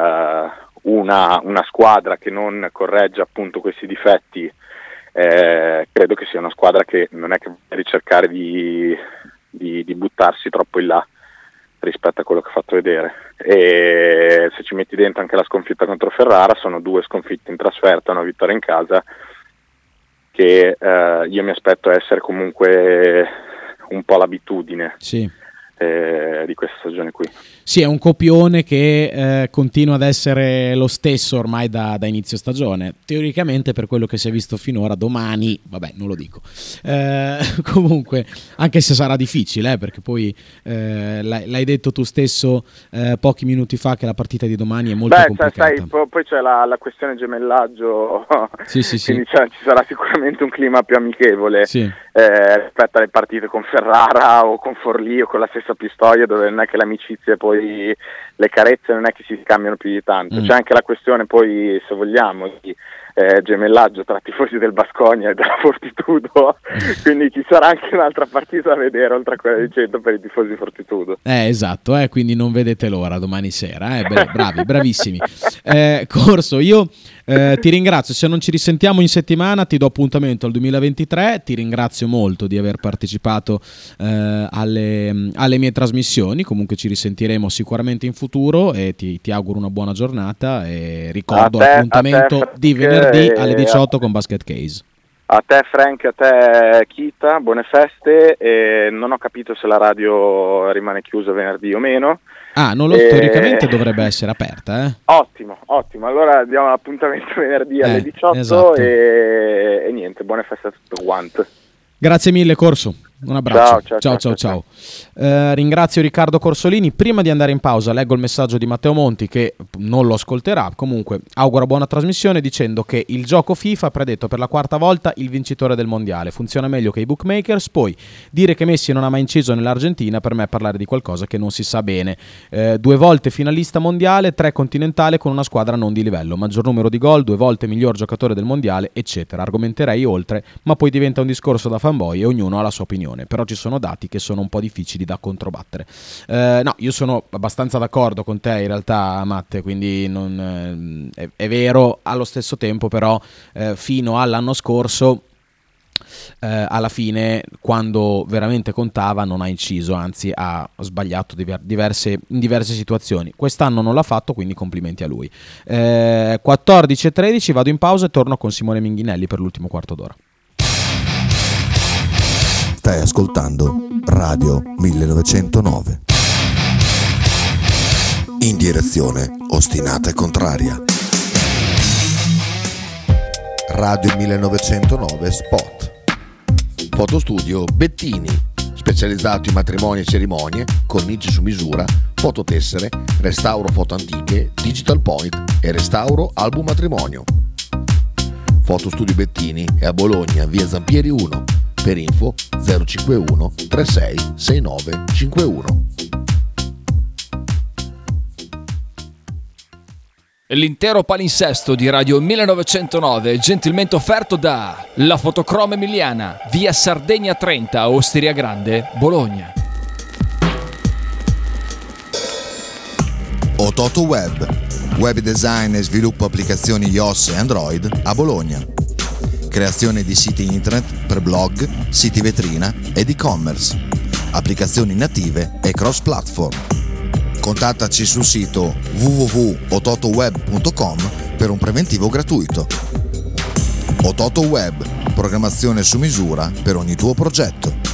S8: una squadra che non corregge appunto questi difetti credo che sia una squadra che non è che vuole ricercare di di buttarsi troppo in là rispetto a quello che ha fatto vedere. E se ci metti dentro anche la sconfitta contro Ferrara, sono 2 sconfitte in trasferta, 1 vittoria in casa, che io mi aspetto essere comunque un po' l'abitudine.
S3: Sì.
S8: Di questa stagione qui.
S3: Sì, è un copione che continua ad essere lo stesso ormai da inizio stagione. Teoricamente, per quello che si è visto finora, domani, vabbè, non lo dico. Comunque, anche se sarà difficile, perché poi l'hai detto tu stesso pochi minuti fa che la partita di domani è molto complicata.
S8: Poi c'è la questione gemellaggio,
S3: sì.
S8: Quindi ci sarà sicuramente un clima più amichevole rispetto alle partite con Ferrara o con Forlì o con la stessa Pistoia, dove non è che l'amicizia e poi le carezze non è che si scambiano più di tanto. C'è anche la questione poi, se vogliamo, di gemellaggio tra tifosi del Baskonia e della Fortitudo, quindi ci sarà anche un'altra partita da vedere oltre a quella di 100 per i tifosi di Fortitudo.
S3: Esatto, quindi non vedete l'ora domani sera, bravi, bravissimi. Corso, io ti ringrazio, se non ci risentiamo in settimana ti do appuntamento al 2023, ti ringrazio molto di aver partecipato alle mie trasmissioni, comunque ci risentiremo sicuramente in futuro e ti auguro una buona giornata e ricordo l'appuntamento di venerdì alle 18 con Basket Case.
S8: A te Frank, a te Kita, buone feste, e non ho capito se la radio rimane chiusa venerdì o meno.
S3: Teoricamente dovrebbe essere aperta.
S8: Ottimo, allora diamo l'appuntamento venerdì alle 18
S3: esatto.
S8: e niente, buone feste a tutti quanti.
S3: Grazie mille Corso, un abbraccio.
S8: Ciao.
S3: Ringrazio Riccardo Corsolini. Prima di andare in pausa leggo il messaggio di Matteo Monti, che non lo ascolterà, comunque augura buona trasmissione, dicendo che il gioco FIFA ha predetto per la 4ª volta il vincitore del mondiale, funziona meglio che i bookmakers. Poi dire che Messi non ha mai inciso nell'Argentina per me è parlare di qualcosa che non si sa bene. 2 volte finalista mondiale, 3 continentale con una squadra non di livello, maggior numero di gol, 2 volte miglior giocatore del mondiale, eccetera. Argomenterei oltre, ma poi diventa un discorso da fanboy e ognuno ha la sua opinione, però ci sono dati che sono un po' difficili da controbattere. No, io sono abbastanza d'accordo con te in realtà, Matte, quindi è vero, allo stesso tempo però fino all'anno scorso alla fine, quando veramente contava, non ha inciso, anzi ha sbagliato in diverse situazioni. Quest'anno non l'ha fatto, quindi complimenti a lui. 14:13, vado in pausa e torno con Simone Minghinelli per l'ultimo quarto d'ora.
S1: Stai ascoltando Radio 1909. In direzione ostinata e contraria. Radio 1909 Spot. Fotostudio Bettini, specializzato in matrimoni e cerimonie, cornici su misura, fototessere, restauro foto antiche, digital point e restauro album matrimonio. Fotostudio Bettini è a Bologna, via Zampieri 1. Per info 051 36 69 51.
S2: L'intero palinsesto di Radio 1909 gentilmente offerto da La Fotocroma Emiliana, via Sardegna 30, Osteria Grande, Bologna.
S1: Ototo Web, web design e sviluppo applicazioni iOS e Android a Bologna. Creazione di siti internet per blog, siti vetrina ed e-commerce, applicazioni native e cross-platform. Contattaci sul sito www.ototoweb.com per un preventivo gratuito. Ototo Web, programmazione su misura per ogni tuo progetto.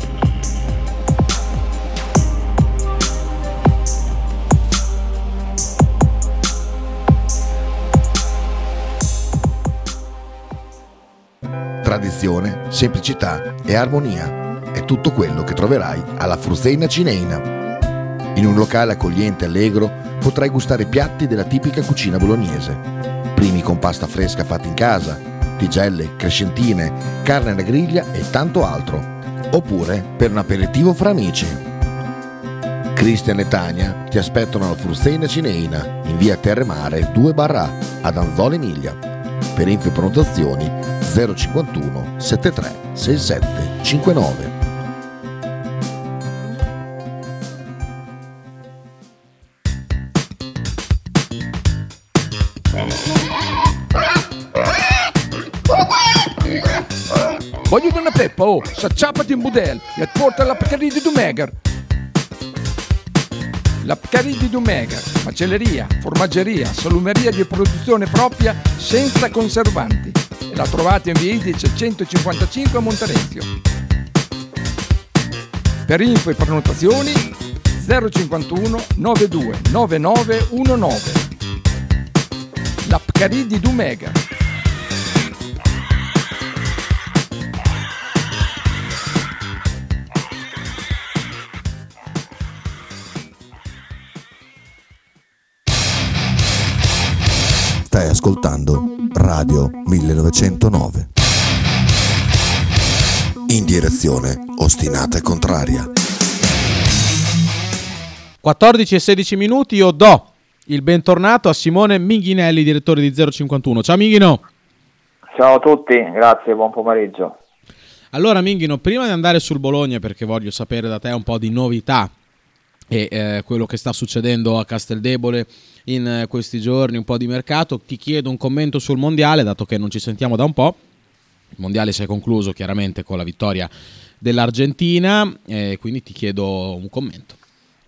S1: Tradizione, semplicità e armonia è tutto quello che troverai alla Fruzeina Cineina. In un locale accogliente e allegro potrai gustare piatti della tipica cucina bolognese, primi con pasta fresca fatta in casa, tigelle, crescentine, carne alla griglia e tanto altro, oppure per un aperitivo fra amici. Cristian e Tania ti aspettano alla Fruzeina Cineina in via Terremare 2/A ad Anzola Emilia. Per info e prenotazioni 051 73 67 59.
S10: Voglio una peppa, s'acciappati in budel e porta la Pcaridi di Dumegar. La Pcaridi di Dumegar, macelleria, formaggeria, salumeria di produzione propria senza conservanti. E la trovate in via Idice 155 a Monterezio. Per info e prenotazioni 051 92 9919. La Pcaridi di Dumegar.
S1: Stai ascoltando Radio 1909. In direzione ostinata e contraria.
S3: 14 e 16 minuti, io do il bentornato a Simone Minghinelli, direttore di 051. Ciao Minghino.
S11: Ciao a tutti, grazie, buon pomeriggio.
S3: Allora Minghino, prima di andare sul Bologna, perché voglio sapere da te un po' di novità e quello che sta succedendo a Casteldebole in questi giorni, un po' di mercato, ti chiedo un commento sul mondiale, dato che non ci sentiamo da un po'. Il mondiale si è concluso chiaramente con la vittoria dell'Argentina, quindi ti chiedo un commento.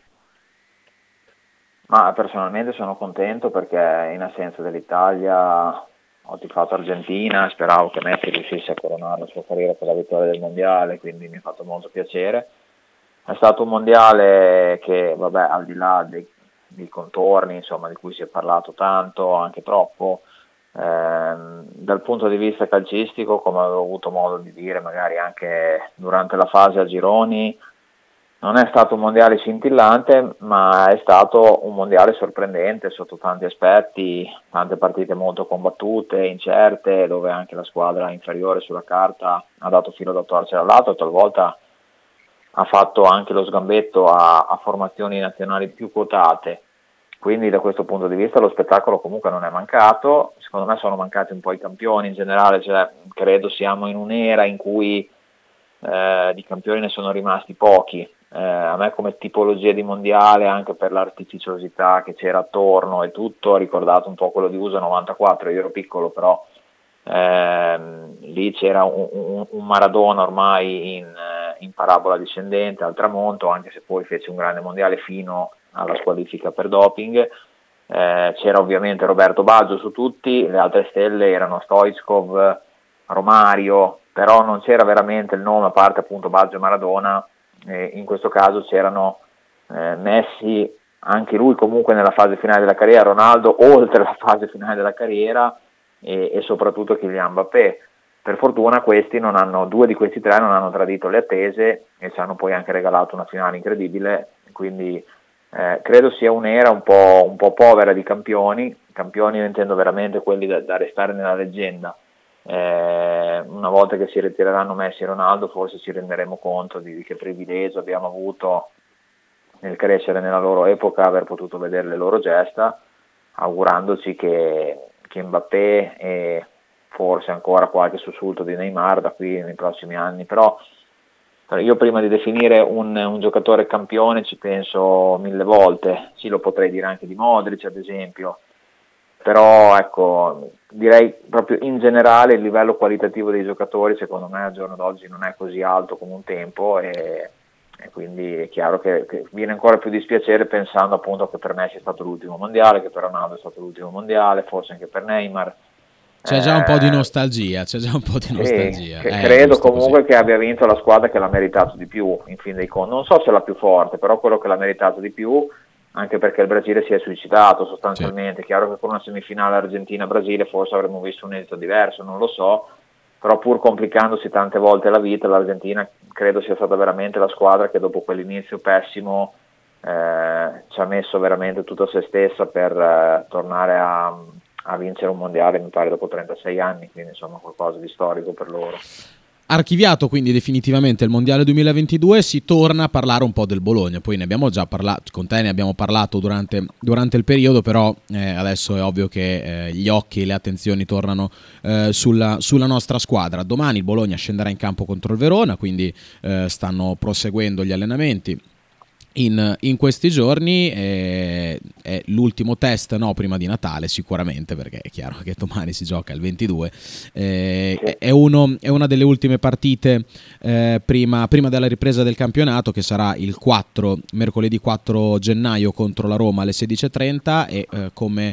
S11: Ma personalmente sono contento perché in assenza dell'Italia ho tifato Argentina, speravo che Messi riuscisse a coronare la sua carriera per la vittoria del mondiale, quindi mi ha fatto molto piacere. È stato un mondiale che, vabbè, al di là dei contorni, insomma, di cui si è parlato tanto, anche troppo, dal punto di vista calcistico, come avevo avuto modo di dire magari anche durante la fase a gironi, non è stato un mondiale scintillante, ma è stato un mondiale sorprendente sotto tanti aspetti, tante partite molto combattute, incerte, dove anche la squadra inferiore sulla carta ha dato filo da torcere all'altro, talvolta ha fatto anche lo sgambetto a formazioni nazionali più quotate. Quindi da questo punto di vista lo spettacolo comunque non è mancato. Secondo me sono mancati un po' i campioni in generale, cioè, credo siamo in un'era in cui di campioni ne sono rimasti pochi. A me come tipologia di mondiale, anche per l'artificiosità che c'era attorno e tutto, ha ricordato un po' quello di USA 94, io ero piccolo però lì c'era un Maradona ormai in parabola discendente al tramonto, anche se poi fece un grande mondiale fino alla squalifica per doping. C'era ovviamente Roberto Baggio su tutti, le altre stelle erano Stoichkov, Romario, però non c'era veramente il nome, a parte appunto Baggio e Maradona. In questo caso c'erano Messi, anche lui comunque nella fase finale della carriera, Ronaldo oltre la fase finale della carriera e soprattutto Kylian Mbappé. Per fortuna due di questi tre non hanno tradito le attese e ci hanno poi anche regalato una finale incredibile, quindi credo sia un'era un po' povera di campioni io intendo veramente quelli da restare nella leggenda. Una volta che si ritireranno Messi e Ronaldo forse ci renderemo conto di che privilegio abbiamo avuto nel crescere nella loro epoca, aver potuto vedere le loro gesta, augurandoci che Mbappé e forse ancora qualche sussulto di Neymar da qui nei prossimi anni. Però io prima di definire un giocatore campione ci penso 1000 volte. Sì, lo potrei dire anche di Modric ad esempio, però ecco, direi proprio in generale il livello qualitativo dei giocatori secondo me al giorno d'oggi non è così alto come un tempo e quindi è chiaro che viene ancora più dispiacere pensando appunto che per Messi è stato l'ultimo mondiale, che per Ronaldo è stato l'ultimo mondiale, forse anche per Neymar.
S3: C'è già un po' di nostalgia,
S11: Credo comunque che abbia vinto la squadra che l'ha meritato di più, in fin dei conti. Non so se la più forte, però quello che l'ha meritato di più, anche perché il Brasile si è suicidato sostanzialmente. Sì. Chiaro che con una semifinale Argentina-Brasile forse avremmo visto un esito diverso, non lo so, però pur complicandosi tante volte la vita, l'Argentina credo sia stata veramente la squadra che dopo quell'inizio pessimo ci ha messo veramente tutto se stessa per tornare a vincere un mondiale, mi pare dopo 36 anni, quindi insomma qualcosa di storico per loro.
S3: Archiviato quindi definitivamente il mondiale 2022, si torna a parlare un po' del Bologna. Poi ne abbiamo già parlato, con te ne abbiamo parlato durante il periodo, però adesso è ovvio che gli occhi e le attenzioni tornano sulla nostra squadra. Domani il Bologna scenderà in campo contro il Verona, quindi stanno proseguendo gli allenamenti in questi giorni. È l'ultimo test, no, prima di Natale sicuramente, perché è chiaro che domani si gioca il 22. È una delle ultime partite prima della ripresa del campionato, che sarà il mercoledì 4 gennaio contro la Roma alle 16:30. E come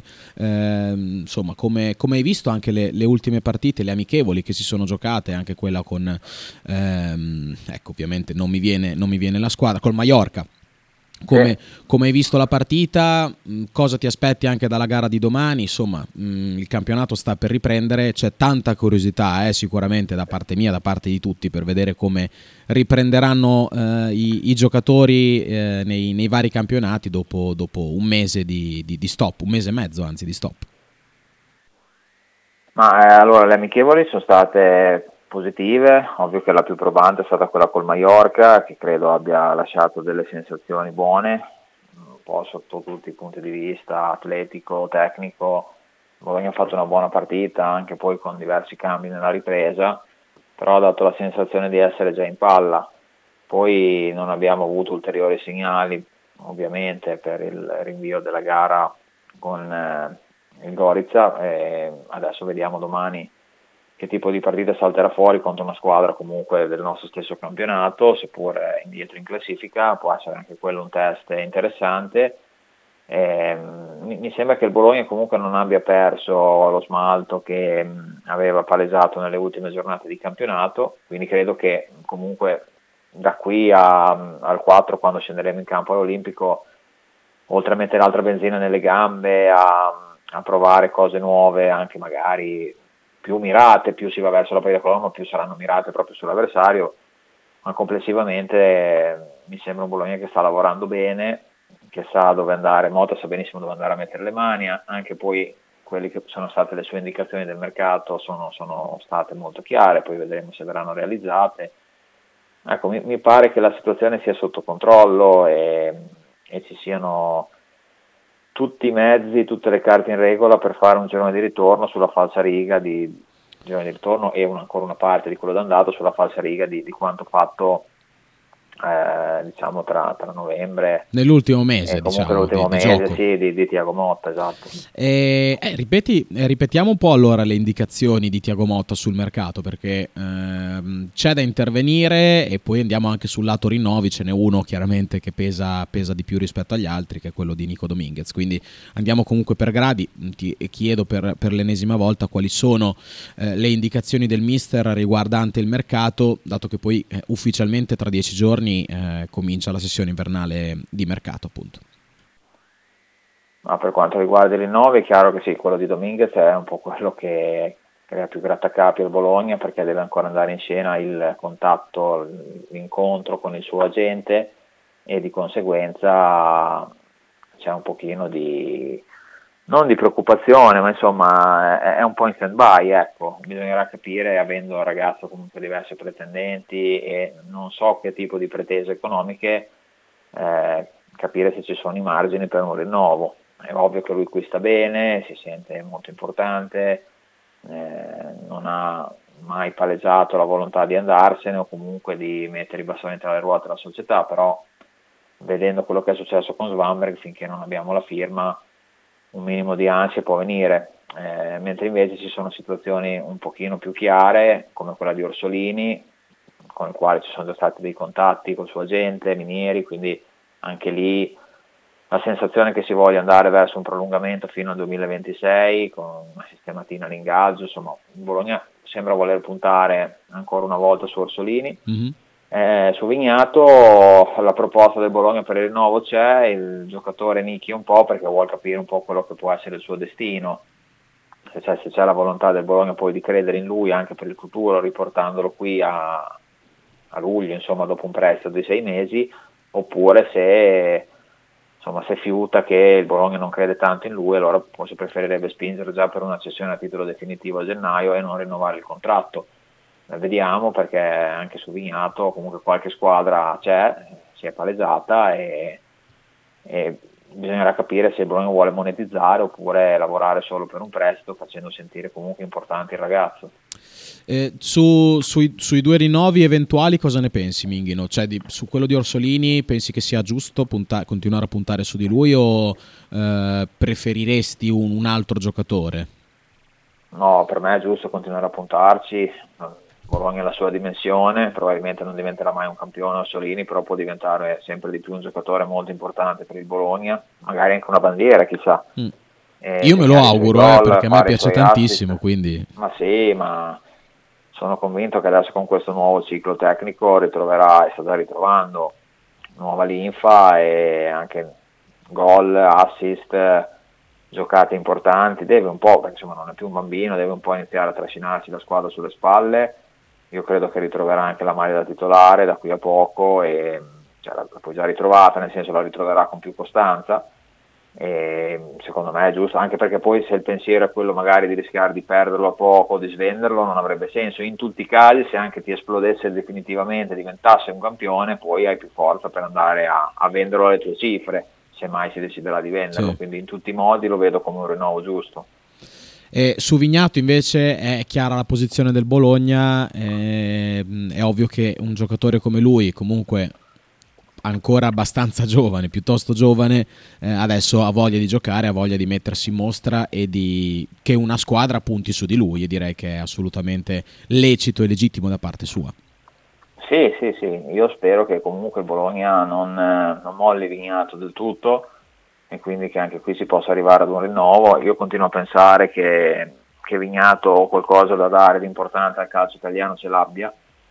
S3: hai visto anche le ultime partite, le amichevoli che si sono giocate, anche quella con ecco, ovviamente non mi viene la squadra, col Mallorca. Come hai visto la partita? Cosa ti aspetti anche dalla gara di domani? Insomma, il campionato sta per riprendere, c'è tanta curiosità sicuramente da parte mia, da parte di tutti, per vedere come riprenderanno i giocatori nei vari campionati dopo un mese di stop, un mese e mezzo anzi di stop.
S11: Ma allora, le amichevoli sono state positive. Ovvio che la più probante è stata quella col Mallorca, che credo abbia lasciato delle sensazioni buone, un po' sotto tutti i punti di vista, atletico, tecnico. Bologna ha fatto una buona partita, anche poi con diversi cambi nella ripresa, però ha dato la sensazione di essere già in palla. Poi non abbiamo avuto ulteriori segnali, ovviamente, per il rinvio della gara con il Gorica, e adesso vediamo domani che tipo di partita salterà fuori contro una squadra comunque del nostro stesso campionato, seppur indietro in classifica. Può essere anche quello un test interessante. Mi sembra che il Bologna comunque non abbia perso lo smalto che aveva palesato nelle ultime giornate di campionato, quindi credo che comunque da qui al 4, quando scenderemo in campo all'Olimpico, oltre a mettere altra benzina nelle gambe, a provare cose nuove, anche magari più mirate, più si va verso la partita con Roma, più saranno mirate proprio sull'avversario, ma complessivamente mi sembra un Bologna che sta lavorando bene, che sa dove andare. Motta sa benissimo dove andare a mettere le mani, anche poi quelle che sono state le sue indicazioni del mercato sono state molto chiare, poi vedremo se verranno realizzate. Ecco, mi pare che la situazione sia sotto controllo e ci siano tutti i mezzi, tutte le carte in regola per fare un girone di ritorno sulla falsa riga girone di ritorno e ancora una parte di quello d'andato sulla falsa riga di quanto fatto diciamo tra novembre
S3: nell'ultimo mese,
S11: comunque l'ultimo mese di Thiago Motta, esatto.
S3: Ripetiamo un po' allora le indicazioni di Thiago Motta sul mercato, perché c'è da intervenire, e poi andiamo anche sul lato rinnovi. Ce n'è uno chiaramente che pesa di più rispetto agli altri, che è quello di Nico Dominguez, quindi andiamo comunque per gradi. Ti chiedo per l'ennesima volta quali sono le indicazioni del mister riguardante il mercato, dato che poi ufficialmente tra 10 giorni comincia la sessione invernale di mercato, appunto.
S11: Ma per quanto riguarda i rinnovi, è chiaro che sì, quello di Dominguez è un po' quello che crea più grattacapi al Bologna, perché deve ancora andare in scena il contatto, l'incontro con il suo agente, e di conseguenza c'è un pochino non di preoccupazione, ma insomma è un po' in stand-by, ecco. Bisognerà capire, avendo il ragazzo comunque diversi pretendenti e non so che tipo di pretese economiche, capire se ci sono i margini per un rinnovo. È ovvio che lui qui sta bene, si sente molto importante, non ha mai palessato la volontà di andarsene o comunque di mettere i bastoni tra le ruote della società, però vedendo quello che è successo con Svanberg, finché non abbiamo la firma, un minimo di ansia può venire, mentre invece ci sono situazioni un pochino più chiare, come quella di Orsolini, con il quale ci sono già stati dei contatti col suo agente, Minieri, quindi anche lì la sensazione che si voglia andare verso un prolungamento fino al 2026, con una sistematina all'ingaggio. Insomma, Bologna sembra voler puntare ancora una volta su Orsolini. Su Vignato la proposta del Bologna per il rinnovo c'è, il giocatore nicchia un po' perché vuole capire un po' quello che può essere il suo destino, se c'è la volontà del Bologna poi di credere in lui anche per il futuro, riportandolo qui a luglio, insomma, dopo un prestito di 6 mesi, oppure se fiuta che il Bologna non crede tanto in lui, allora forse preferirebbe spingere già per una cessione a titolo definitivo a gennaio e non rinnovare il contratto. Vediamo, perché anche su Vignato comunque qualche squadra si è palesata e bisognerà capire se il Bologna vuole monetizzare oppure lavorare solo per un prestito, facendo sentire comunque importante il ragazzo.
S3: Sui due rinnovi eventuali cosa ne pensi, Minghino? Cioè su quello di Orsolini pensi che sia giusto continuare a puntare su di lui o preferiresti un altro giocatore?
S11: No, per me è giusto continuare a puntarci. Bologna ha la sua dimensione, probabilmente non diventerà mai un campione Orsolini, però può diventare sempre di più un giocatore molto importante per il Bologna, magari anche una bandiera, chissà.
S3: Io me lo auguro, perché a me piace tantissimo, quindi...
S11: Ma sì, ma sono convinto che adesso con questo nuovo ciclo tecnico sta ritrovando nuova linfa e anche gol, assist, giocate importanti, deve un po', perché insomma non è più un bambino, deve un po' iniziare a trascinarsi la squadra sulle spalle. Io credo che ritroverà anche la maglia da titolare da qui a poco, e l'ha poi già ritrovata, nel senso la ritroverà con più costanza, e secondo me è giusto, anche perché poi se il pensiero è quello magari di rischiare di perderlo a poco, di svenderlo, non avrebbe senso. In tutti i casi, se anche ti esplodesse definitivamente, diventasse un campione, poi hai più forza per andare a venderlo alle tue cifre, se mai si deciderà di venderlo. Sì. Quindi in tutti i modi lo vedo come un rinnovo giusto.
S3: Su Vignato invece è chiara la posizione del Bologna, è ovvio che un giocatore come lui, comunque ancora abbastanza giovane, piuttosto giovane, adesso ha voglia di giocare, ha voglia di mettersi in mostra e che una squadra punti su di lui, e direi che è assolutamente lecito e legittimo da parte sua.
S11: Sì, io spero che comunque il Bologna non molli Vignato del tutto, e quindi che anche qui si possa arrivare ad un rinnovo. Io continuo a pensare che Vignato qualcosa da dare di importante al calcio italiano ce l'abbia,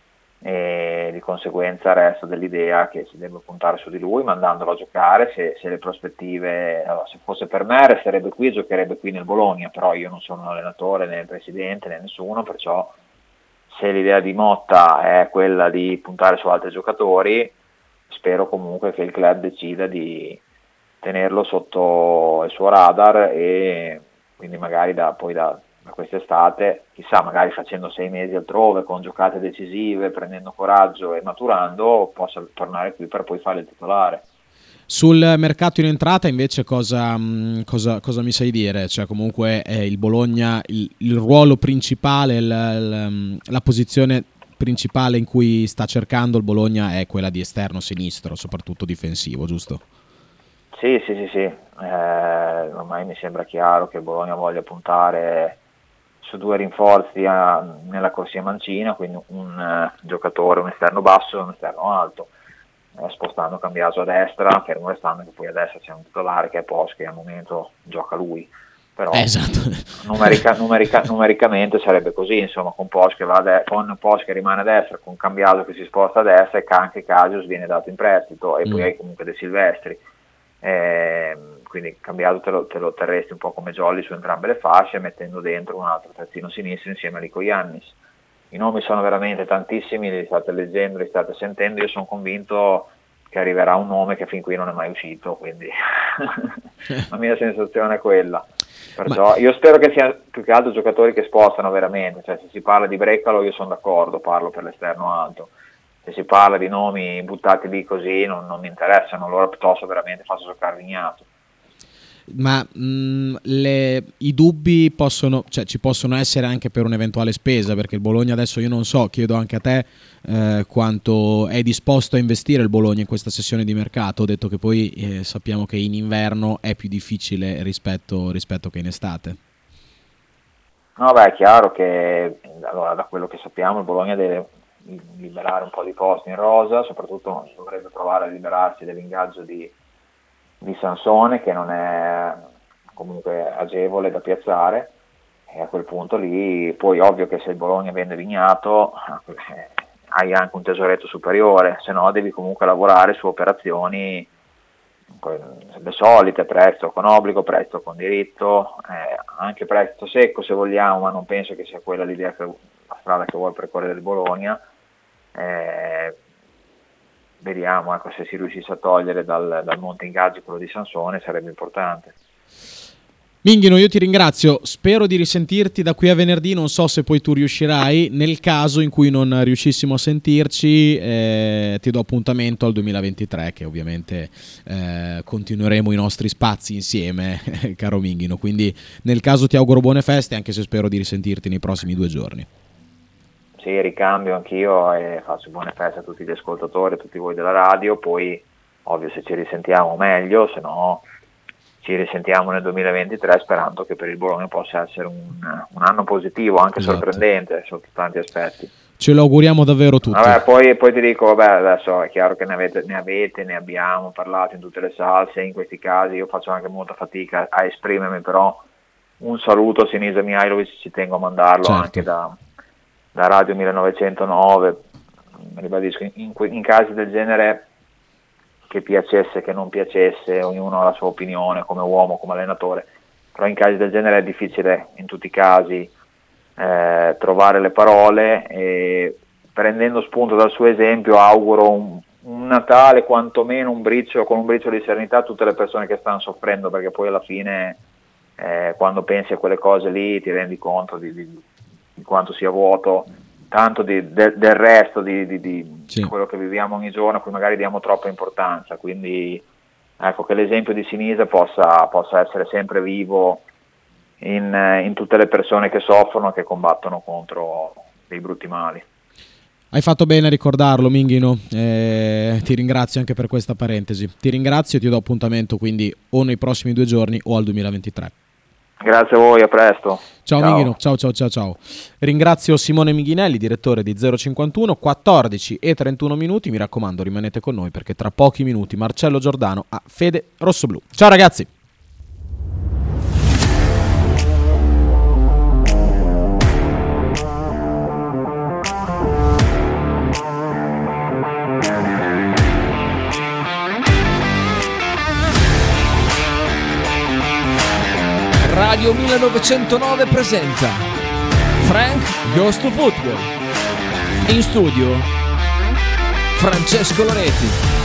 S11: e di conseguenza resto dell'idea che si deve puntare su di lui, mandandolo a giocare. Se le prospettive, allora, se fosse per me resterebbe qui e giocherebbe qui nel Bologna, però io non sono un allenatore, né il presidente, né nessuno, perciò se l'idea di Motta è quella di puntare su altri giocatori, spero comunque che il club decida di tenerlo sotto il suo radar, e quindi magari da quest'estate, chissà, magari facendo 6 mesi altrove con giocate decisive, prendendo coraggio e maturando, possa tornare qui per poi fare il titolare.
S3: Sul mercato in entrata invece cosa mi sai dire? Cioè comunque il Bologna, il ruolo principale, la posizione principale in cui sta cercando il Bologna è quella di esterno sinistro, soprattutto difensivo, giusto?
S11: Sì. Ormai mi sembra chiaro che il Bologna voglia puntare su 2 rinforzi nella corsia mancina, quindi un giocatore, un esterno basso e un esterno alto, spostando Cambiaso a destra, fermo restando che poi a destra c'è un titolare che è Posch, che al momento gioca lui, però
S3: esatto.
S11: numericamente sarebbe così, insomma, con Posch che rimane a destra, con Cambiaso che si sposta a destra, e anche Casius viene dato in prestito, e poi hai comunque De Silvestri. Quindi Cambiato te lo terresti un po' come jolly su entrambe le fasce, mettendo dentro un altro terzino sinistro insieme a Lico Iannis. I nomi sono veramente tantissimi, li state leggendo, li state sentendo. Io sono convinto che arriverà un nome che fin qui non è mai uscito, quindi la mia sensazione è quella. Perciò io spero che sia più che altro giocatori che spostano veramente, cioè se si parla di Brecalo io sono d'accordo, parlo per l'esterno alto. Se si parla di nomi buttati lì così non mi interessano, allora piuttosto veramente faccio giocare Vignato.
S3: Ma i dubbi ci possono essere anche per un'eventuale spesa, perché il Bologna adesso, io non so, chiedo anche a te quanto è disposto a investire il Bologna in questa sessione di mercato. Ho detto che poi sappiamo che in inverno è più difficile rispetto che in estate.
S11: No, beh, è chiaro che allora, da quello che sappiamo il Bologna deve liberare un po' di posti in rosa, soprattutto dovrebbe provare a liberarsi dell'ingaggio di Sansone, che non è comunque agevole da piazzare, e a quel punto lì poi ovvio che se il Bologna vende Vignato hai anche un tesoretto superiore, se no devi comunque lavorare su operazioni le solite, prestito con obbligo, prestito con diritto, anche prestito secco se vogliamo, ma non penso che sia quella la strada che vuole percorrere il Bologna. Vediamo, se si riuscisse a togliere dal monte ingaggi quello di Sansone sarebbe importante.
S3: Minghino, io ti ringrazio, spero di risentirti da qui a venerdì, non so se poi tu riuscirai. Nel caso in cui non riuscissimo a sentirci ti do appuntamento al 2023, che ovviamente continueremo i nostri spazi insieme, caro Minghino, quindi nel caso ti auguro buone feste, anche se spero di risentirti nei prossimi 2 giorni.
S11: Sì, ricambio anch'io e faccio buone feste a tutti gli ascoltatori, a tutti voi della radio, poi ovvio se ci risentiamo meglio, se no ci risentiamo nel 2023 sperando che per il Bologna possa essere un anno positivo, anche sorprendente sotto tanti aspetti.
S3: Ce lo auguriamo davvero tutti.
S11: Vabbè, poi ti dico, adesso è chiaro che ne abbiamo parlato in tutte le salse, in questi casi io faccio anche molta fatica a esprimermi, però un saluto a Sinisa Mihajlovic ci tengo a mandarlo, certo, anche da Radio 1909, ribadisco, in casi del genere, che piacesse, che non piacesse, ognuno ha la sua opinione come uomo, come allenatore, però in casi del genere è difficile in tutti i casi trovare le parole, e prendendo spunto dal suo esempio auguro un Natale quantomeno con un briciolo di serenità a tutte le persone che stanno soffrendo, perché poi alla fine quando pensi a quelle cose lì ti rendi conto di quanto sia vuoto tanto del resto di quello che viviamo ogni giorno, a cui magari diamo troppa importanza. Quindi ecco, che l'esempio di Sinisa possa essere sempre vivo in tutte le persone che soffrono e che combattono contro dei brutti mali.
S3: Hai fatto bene a ricordarlo, Minghino, ti ringrazio anche per questa parentesi. Ti ringrazio e ti do appuntamento quindi o nei prossimi 2 giorni o al 2023.
S11: Grazie a voi, a presto.
S3: Ciao Minghino, ciao. Ringrazio Simone Minghinelli, direttore di 051, 14:31 minuti, mi raccomando rimanete con noi perché tra pochi minuti Marcello Giordano a Fede Rossoblu. Ciao ragazzi!
S2: Radio 1909 presenta Frank Goes to Football. In studio Francesco Loreti.